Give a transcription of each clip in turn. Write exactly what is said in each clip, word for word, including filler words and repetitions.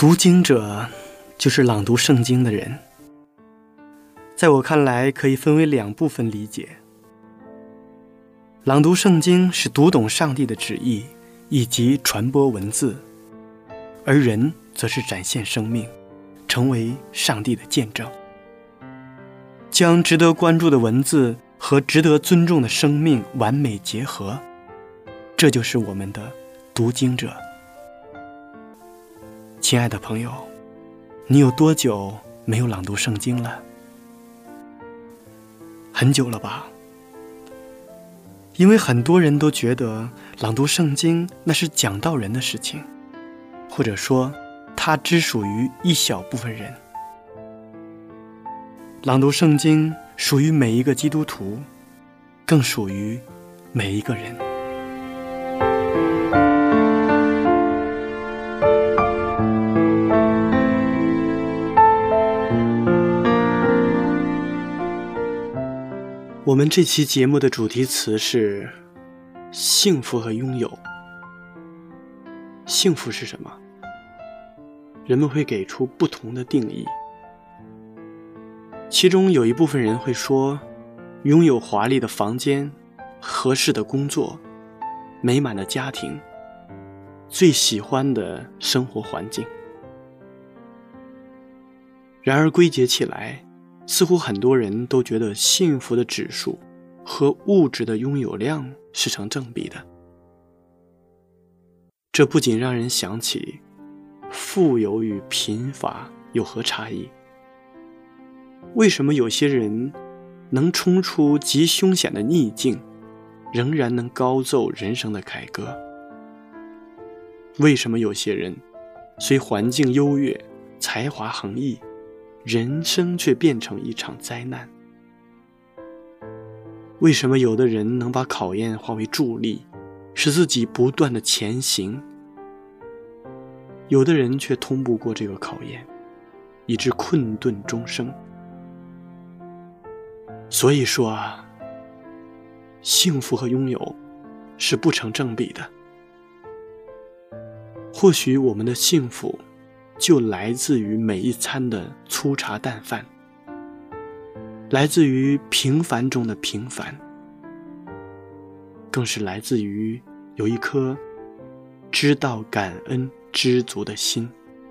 读经者就是朗读圣经的人。在我看来，可以分为两部分理解。朗读圣经是读懂上帝的旨意以及传播文字，而人则是展现生命，成为上帝的见证，将值得关注的文字和值得尊重的生命完美结合，这就是我们的读经者。亲爱的朋友，你有多久没有朗读圣经了？很久了吧？因为很多人都觉得朗读圣经那是讲道人的事情，或者说它只属于一小部分人。朗读圣经属于每一个基督徒，更属于每一个人。我们这期节目的主题词是幸福和拥有。幸福是什么？人们会给出不同的定义。其中有一部分人会说，拥有华丽的房间、合适的工作、美满的家庭、最喜欢的生活环境。然而归结起来，似乎很多人都觉得幸福的指数和物质的拥有量是成正比的。这不仅让人想起富有与贫乏有何差异？为什么有些人能冲出极凶险的逆境，仍然能高奏人生的凯歌？为什么有些人虽环境优越，才华横溢，人生却变成一场灾难？为什么有的人能把考验化为助力，使自己不断的前行？有的人却通不过这个考验，以致困顿终生。所以说啊，幸福和拥有是不成正比的。或许我们的幸福就来自于每一餐的粗茶淡饭，来自于平凡中的平凡，更是来自于有一颗知道感恩知足的心。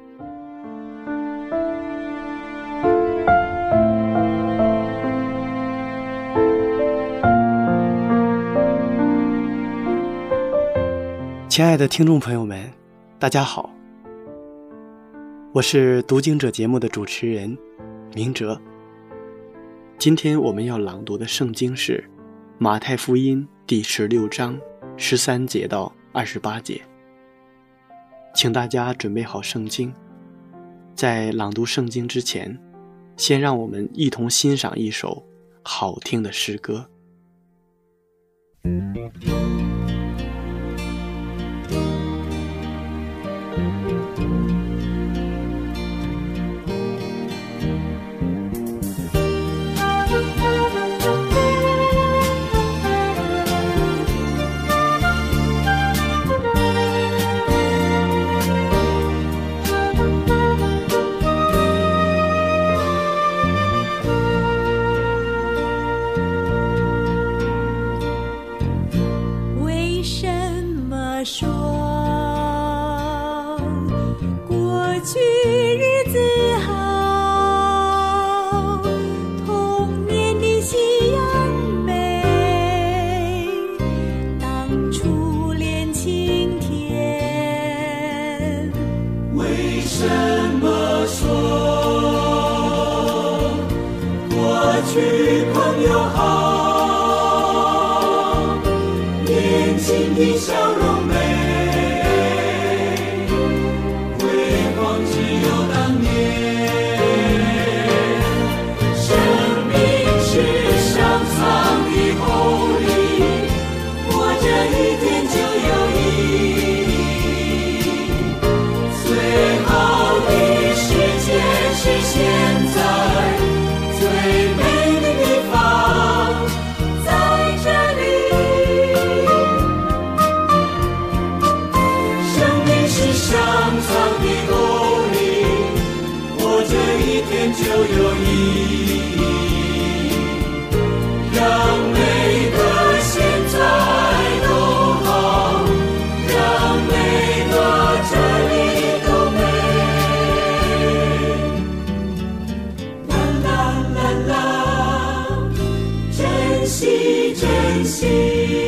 亲爱的听众朋友们，大家好，我是读经者节目的主持人明哲。今天我们要朗读的圣经是马太福音第十六章十三节到二十八节。请大家准备好圣经，在朗读圣经之前，先让我们一同欣赏一首好听的诗歌。 在这里一天就有意义，让每个现在都好，让每个这里都美。啦啦啦啦，珍惜珍惜。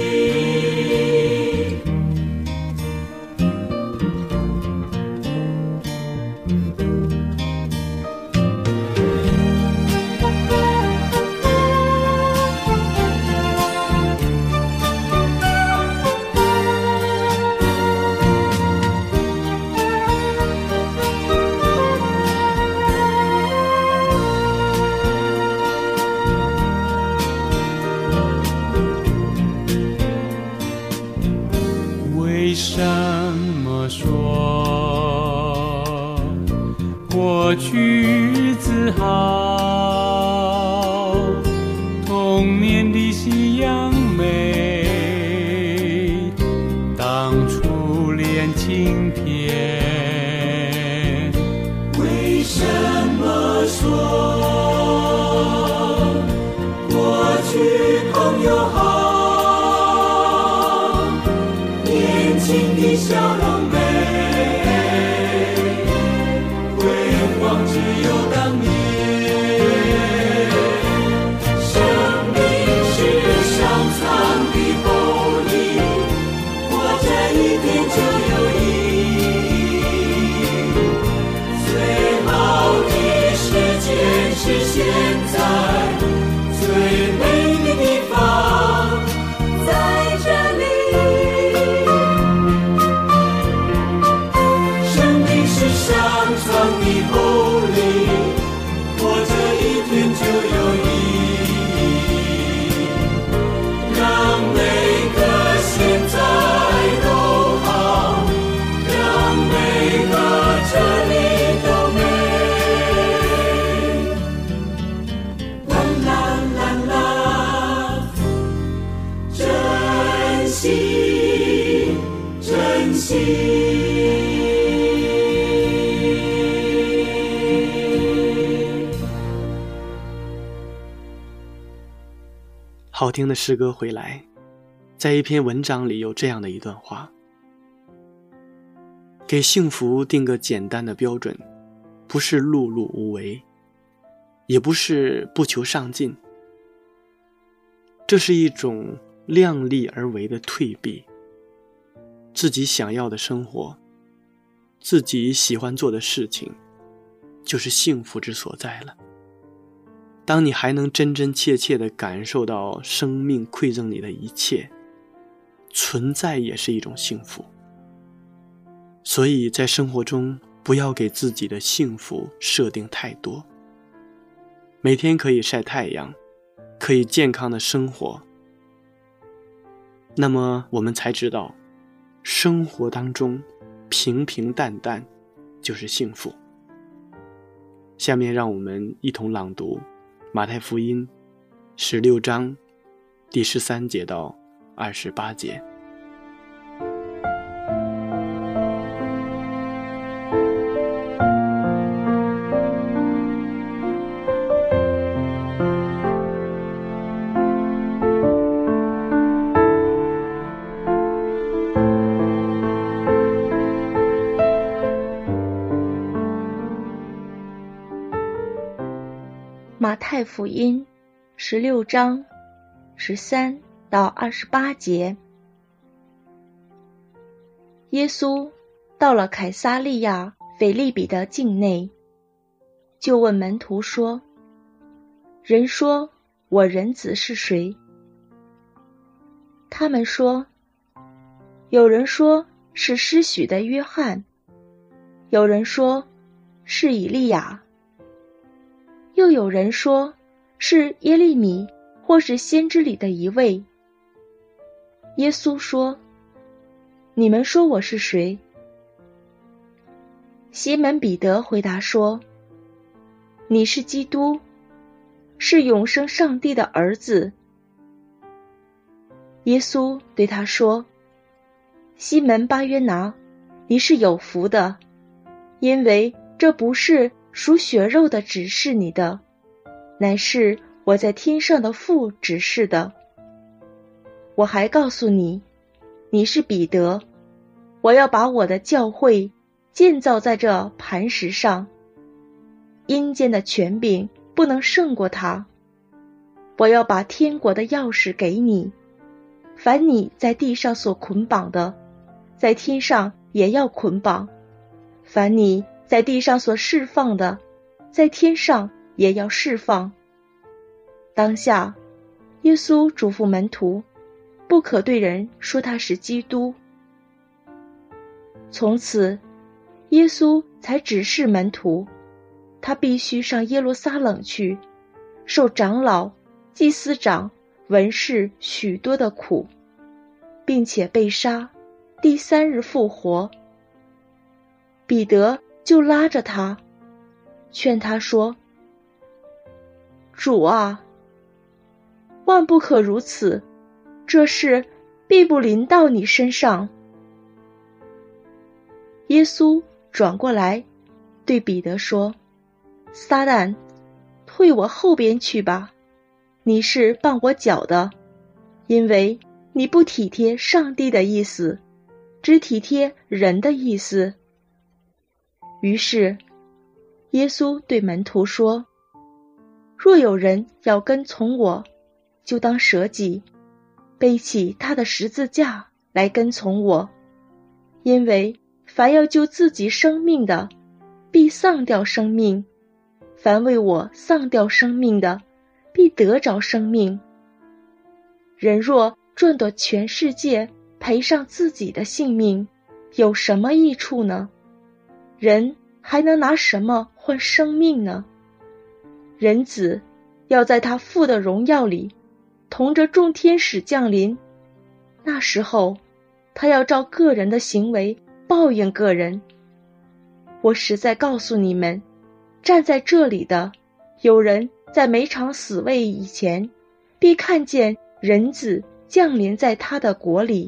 为什么说过去自豪？童年的夕阳美，当初恋情甜。 为什么说过去朋友好？年轻的笑容美，辉煌只有当年。生命是上苍的厚礼，活着一天就有意义。最好的时间是现在，最美的地方在这里。上苍的厚礼，活着一天就有意义，让每个现在都好，让每个这里都美。啦啦啦啦，珍惜珍惜。 好听的诗歌回来，在一篇文章里有这样的一段话：给幸福定个简单的标准，不是碌碌无为，也不是不求上进，这是一种量力而为的退避。自己想要的生活，自己喜欢做的事情，就是幸福之所在了。当你还能真真切切地感受到生命馈赠你的一切，存在也是一种幸福。所以在生活中，不要给自己的幸福设定太多。每天可以晒太阳，可以健康的生活，那么我们才知道，生活当中平平淡淡就是幸福。下面让我们一同朗读马太福音十六章第十三节到二十八节。 马太福音十六章十三到二十八节。耶稣到了凯撒利亚腓立比的境内，就问门徒说：人说我人子是谁？他们说：有人说是施洗的约翰，有人说是以利亚，又有人说是耶利米或是先知里的一位。耶稣说：你们说我是谁？西门彼得回答说：你是基督，是永生上帝的儿子。耶稣对他说：西门巴约拿，你是有福的，因为这不是属血肉的指示你的，乃是我在天上的父指示的。我还告诉你，你是彼得，我要把我的教会建造在这磐石上，阴间的权柄不能胜过它。我要把天国的钥匙给你，凡你在地上所捆绑的，在天上也要捆绑；凡你在地上所释放的，在天上也要释放。当下，耶稣嘱咐门徒，不可对人说他是基督。从此，耶稣才指示门徒，他必须上耶路撒冷去，受长老、祭司长、文士许多的苦，并且被杀，第三日复活。彼得就拉着他，劝他说：主啊，万不可如此，这事必不临到你身上。耶稣转过来对彼得说：撒旦，退我后边去吧，你是绊我脚的，因为你不体贴上帝的意思，只体贴人的意思。于是耶稣对门徒说：若有人要跟从我，就当舍己，背起他的十字架来跟从我。因为凡要救自己生命的，必丧掉生命；凡为我丧掉生命的，必得着生命。人若赚得全世界，赔上自己的性命，有什么益处呢？人还能拿什么换生命呢？人子要在他父的荣耀里，同着众天使降临，那时候他要照个人的行为报应个人。我实在告诉你们，站在这里的有人在每场死位以前，必看见人子降临在他的国里。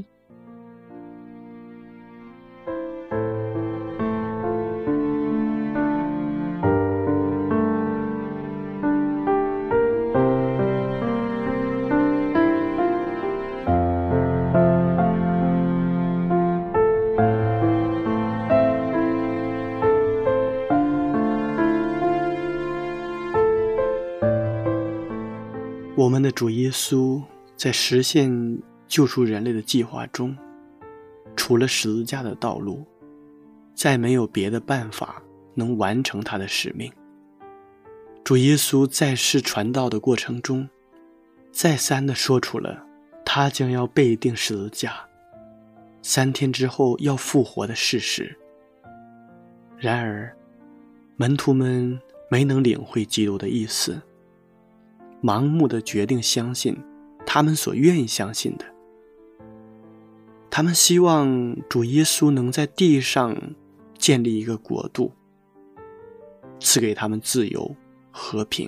我们的主耶稣在实现救赎人类的计划中，除了十字架的道路，再没有别的办法能完成他的使命。主耶稣在世传道的过程中，再三地说出了他将要被钉十字架，三天之后要复活的事实。然而，门徒们没能领会基督的意思，盲目地决定相信他们所愿意相信的。他们希望主耶稣能在地上建立一个国度，赐给他们自由和平，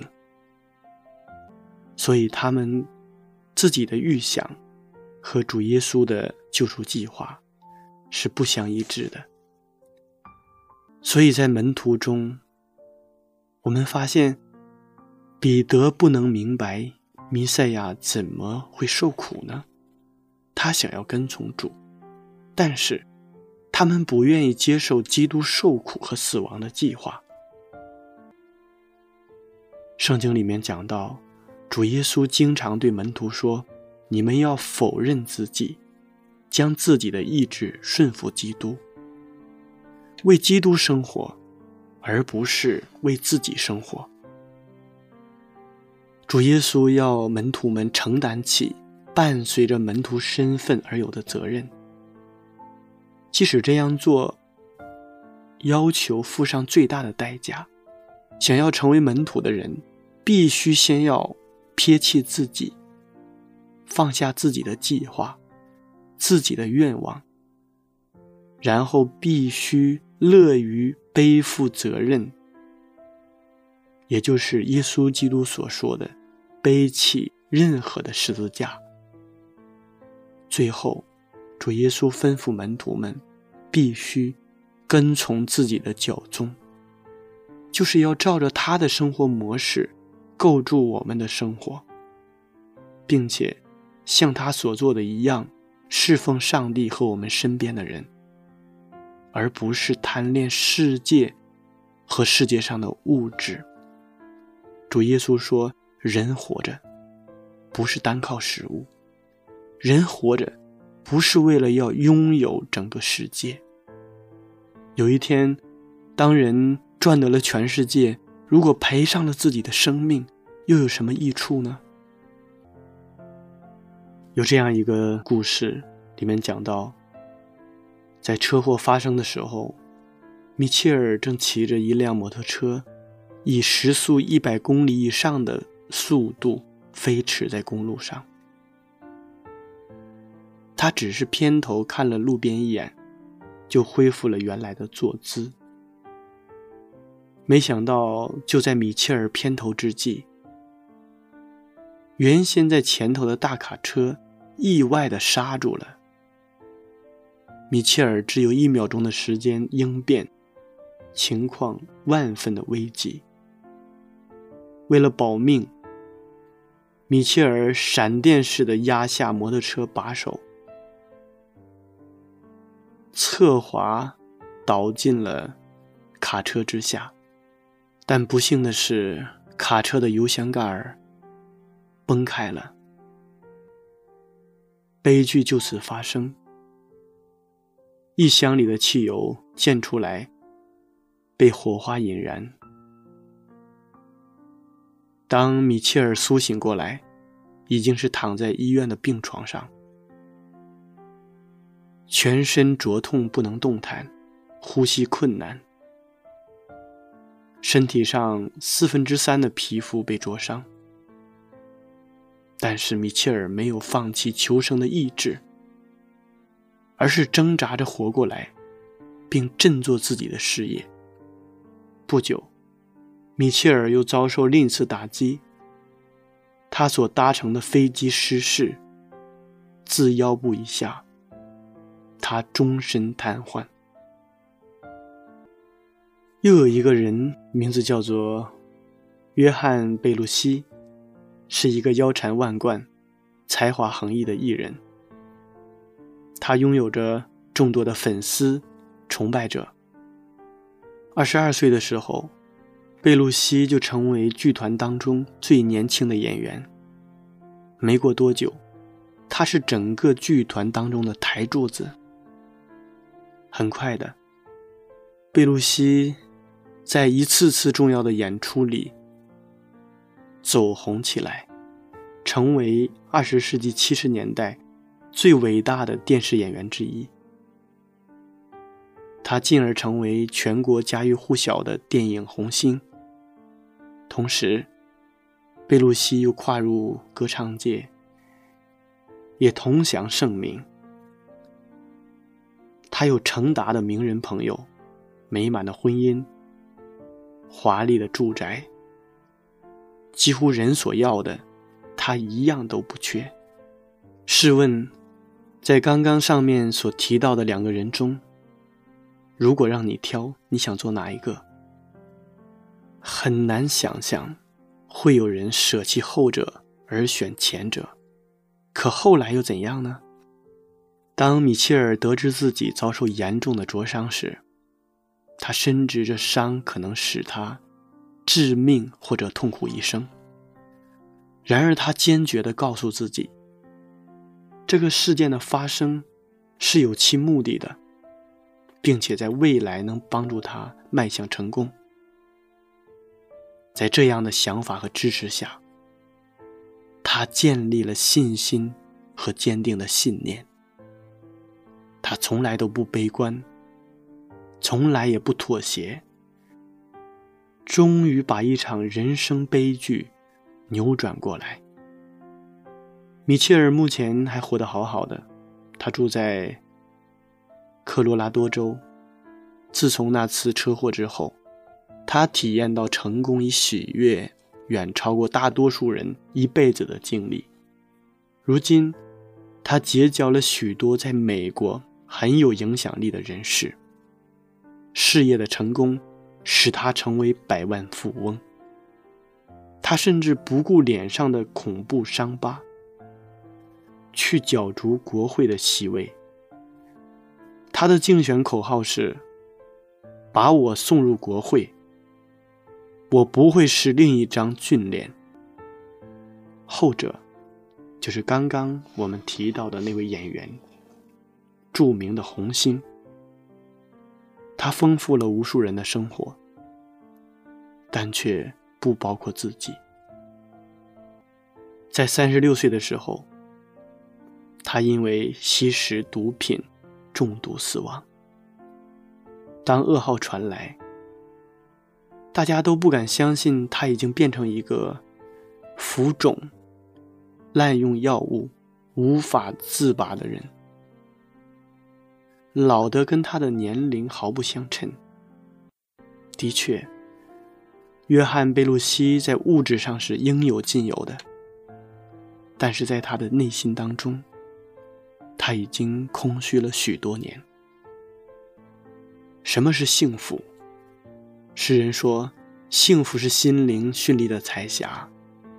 所以他们自己的预想和主耶稣的救赎计划是不相一致的。所以在门徒中，我们发现彼得不能明白弥赛亚怎么会受苦呢？他想要跟从主，但是他们不愿意接受基督受苦和死亡的计划。圣经里面讲到，主耶稣经常对门徒说，你们要否认自己，将自己的意志顺服基督，为基督生活，而不是为自己生活。主耶稣要门徒们承担起伴随着门徒身份而有的责任，即使这样做要求付上最大的代价。想要成为门徒的人，必须先要撇弃自己，放下自己的计划，自己的愿望，然后必须乐于背负责任，也就是耶稣基督所说的背起任何的十字架。最后，主耶稣吩咐门徒们必须跟从自己的教宗， 就是要照着他的生活模式构筑我们的生活，并且像他所做的一样侍奉上帝和我们身边的人，而不是贪恋世界和世界上的物质。主耶稣说，人活着不是单靠食物，人活着不是为了要拥有整个世界。有一天，当人赚得了全世界，如果赔上了自己的生命，又有什么益处呢？有这样一个故事，里面讲到，在车祸发生的时候，米切尔正骑着一辆摩托车，以时速一百公里以上的速度飞驰在公路上。他只是偏头看了路边一眼，就恢复了原来的坐姿。没想到就在米切尔偏头之际，原先在前头的大卡车意外地刹住了。米切尔只有一秒钟的时间应变，情况万分的危急。为了保命，米切尔闪电似的压下摩托车把手，侧滑倒进了卡车之下。但不幸的是，卡车的油箱盖崩开了，悲剧就此发生。一箱里的汽油溅出来，被火花引燃。当米切尔苏醒过来，已经是躺在医院的病床上，全身灼痛不能动弹，呼吸困难，身体上四分之三的皮肤被灼伤。但是米切尔没有放弃求生的意志，而是挣扎着活过来，并振作自己的事业。不久，米切尔又遭受另一次打击，他所搭乘的飞机失事，自腰部以下，他终身瘫痪。又有一个人，名字叫做约翰·贝鲁西，是一个腰缠万贯、才华横溢的艺人。他拥有着众多的粉丝、崇拜者。二十二岁的时候，贝鲁西就成为剧团当中最年轻的演员。没过多久，他是整个剧团当中的台柱子。很快的，贝鲁西在一次次重要的演出里走红起来，成为二十世纪七十年代最伟大的电视演员之一。他进而成为全国家喻户晓的电影红星。同时，贝鲁西又跨入歌唱界，也同享盛名。他有成达的名人朋友，美满的婚姻，华丽的住宅，几乎人所要的他一样都不缺。试问，在刚刚上面所提到的两个人中，如果让你挑，你想做哪一个？很难想象会有人舍弃后者而选前者。可后来又怎样呢？当米切尔得知自己遭受严重的灼伤时，他深知这伤可能使他致命或者痛苦一生。然而他坚决地告诉自己，这个事件的发生是有其目的的，并且在未来能帮助他迈向成功。在这样的想法和支持下，他建立了信心和坚定的信念。他从来都不悲观，从来也不妥协，终于把一场人生悲剧扭转过来。米切尔目前还活得好好的，他住在科罗拉多州。自从那次车祸之后，他体验到成功与喜悦远超过大多数人一辈子的经历。如今，他结交了许多在美国很有影响力的人士。事业的成功使他成为百万富翁。他甚至不顾脸上的恐怖伤疤，去角逐国会的席位。他的竞选口号是：把我送入国会，我不会是另一张俊脸。后者就是刚刚我们提到的那位演员，著名的红星。他丰富了无数人的生活，但却不包括自己。在三十六岁的时候，他因为吸食毒品中毒死亡。当噩耗传来，大家都不敢相信他已经变成一个浮肿、滥用药物、无法自拔的人，老得跟他的年龄毫不相称。的确，约翰·贝鲁西在物质上是应有尽有的，但是在他的内心当中，他已经空虚了许多年。什么是幸福？诗人说，幸福是心灵绚丽的彩霞。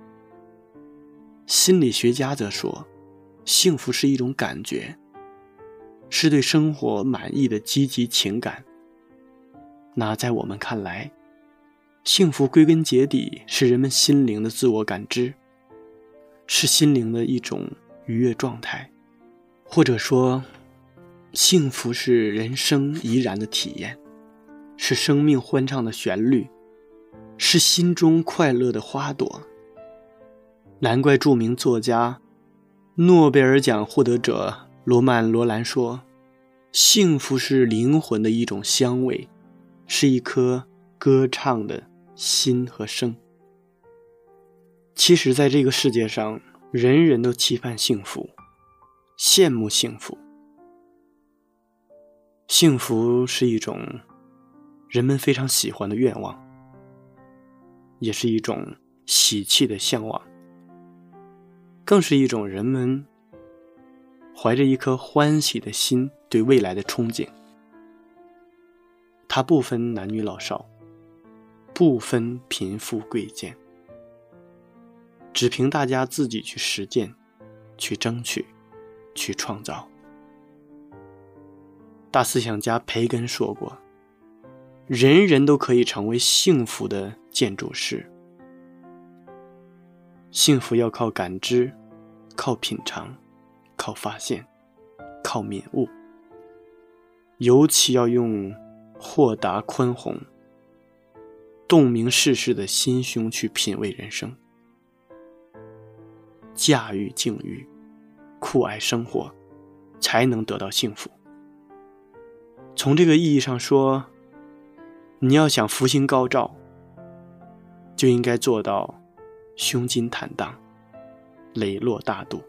心理学家则说，幸福是一种感觉，是对生活满意的积极情感。那在我们看来，幸福归根结底是人们心灵的自我感知，是心灵的一种愉悦状态，或者说幸福是人生怡然的体验，是生命欢畅的旋律，是心中快乐的花朵。难怪著名作家诺贝尔奖获得者罗曼·罗兰说，幸福是灵魂的一种香味，是一颗歌唱的心和声。其实在这个世界上，人人都期盼幸福，羡慕幸福。幸福是一种人们非常喜欢的愿望，也是一种喜气的向往，更是一种人们怀着一颗欢喜的心对未来的憧憬。它不分男女老少，不分贫富贵贱，只凭大家自己去实践，去争取，去创造。大思想家培根说过，人人都可以成为幸福的建筑师。幸福要靠感知，靠品尝，靠发现，靠敏悟，尤其要用豁达宽宏、洞明世事的心胸去品味人生，驾驭境遇，酷爱生活，才能得到幸福。从这个意义上说，你要想福星高照，就应该做到胸襟坦荡，磊落大度。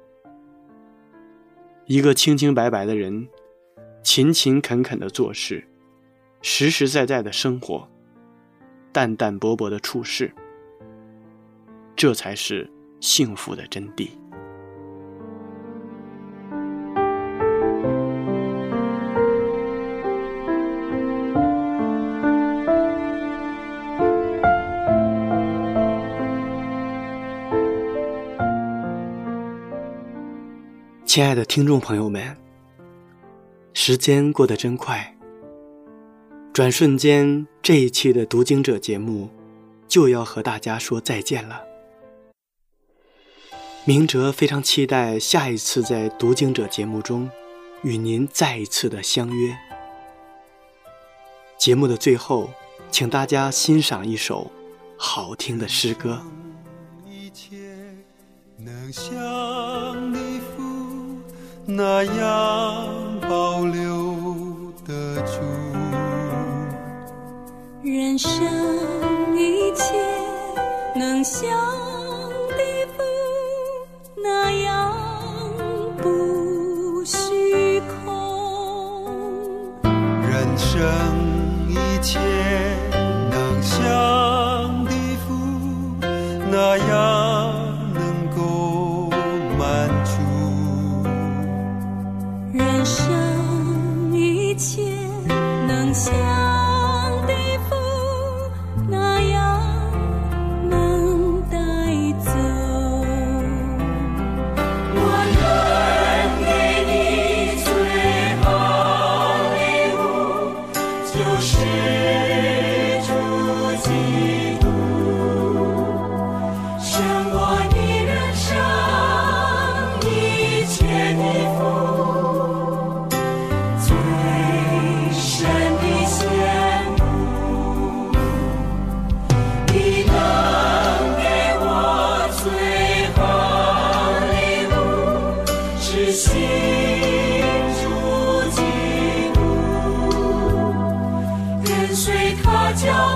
一个清清白白的人，勤勤恳恳的做事，实实在在的生活，淡淡薄薄的处事，这才是幸福的真谛。亲爱的听众朋友们，时间过得真快，转瞬间这一期的读经者节目就要和大家说再见了。明哲非常期待下一次在读经者节目中与您再一次的相约。节目的最后，请大家欣赏一首好听的诗歌。 一切能像你父那样保留得住， 人生一切能像地府那样不虚空， 人生一切能像地府那样能够满足， 人生一切能像地府就是主基督，胜过你人生一切的福，最深的羡慕，你能给我最好礼物，是信主基督，跟随他脚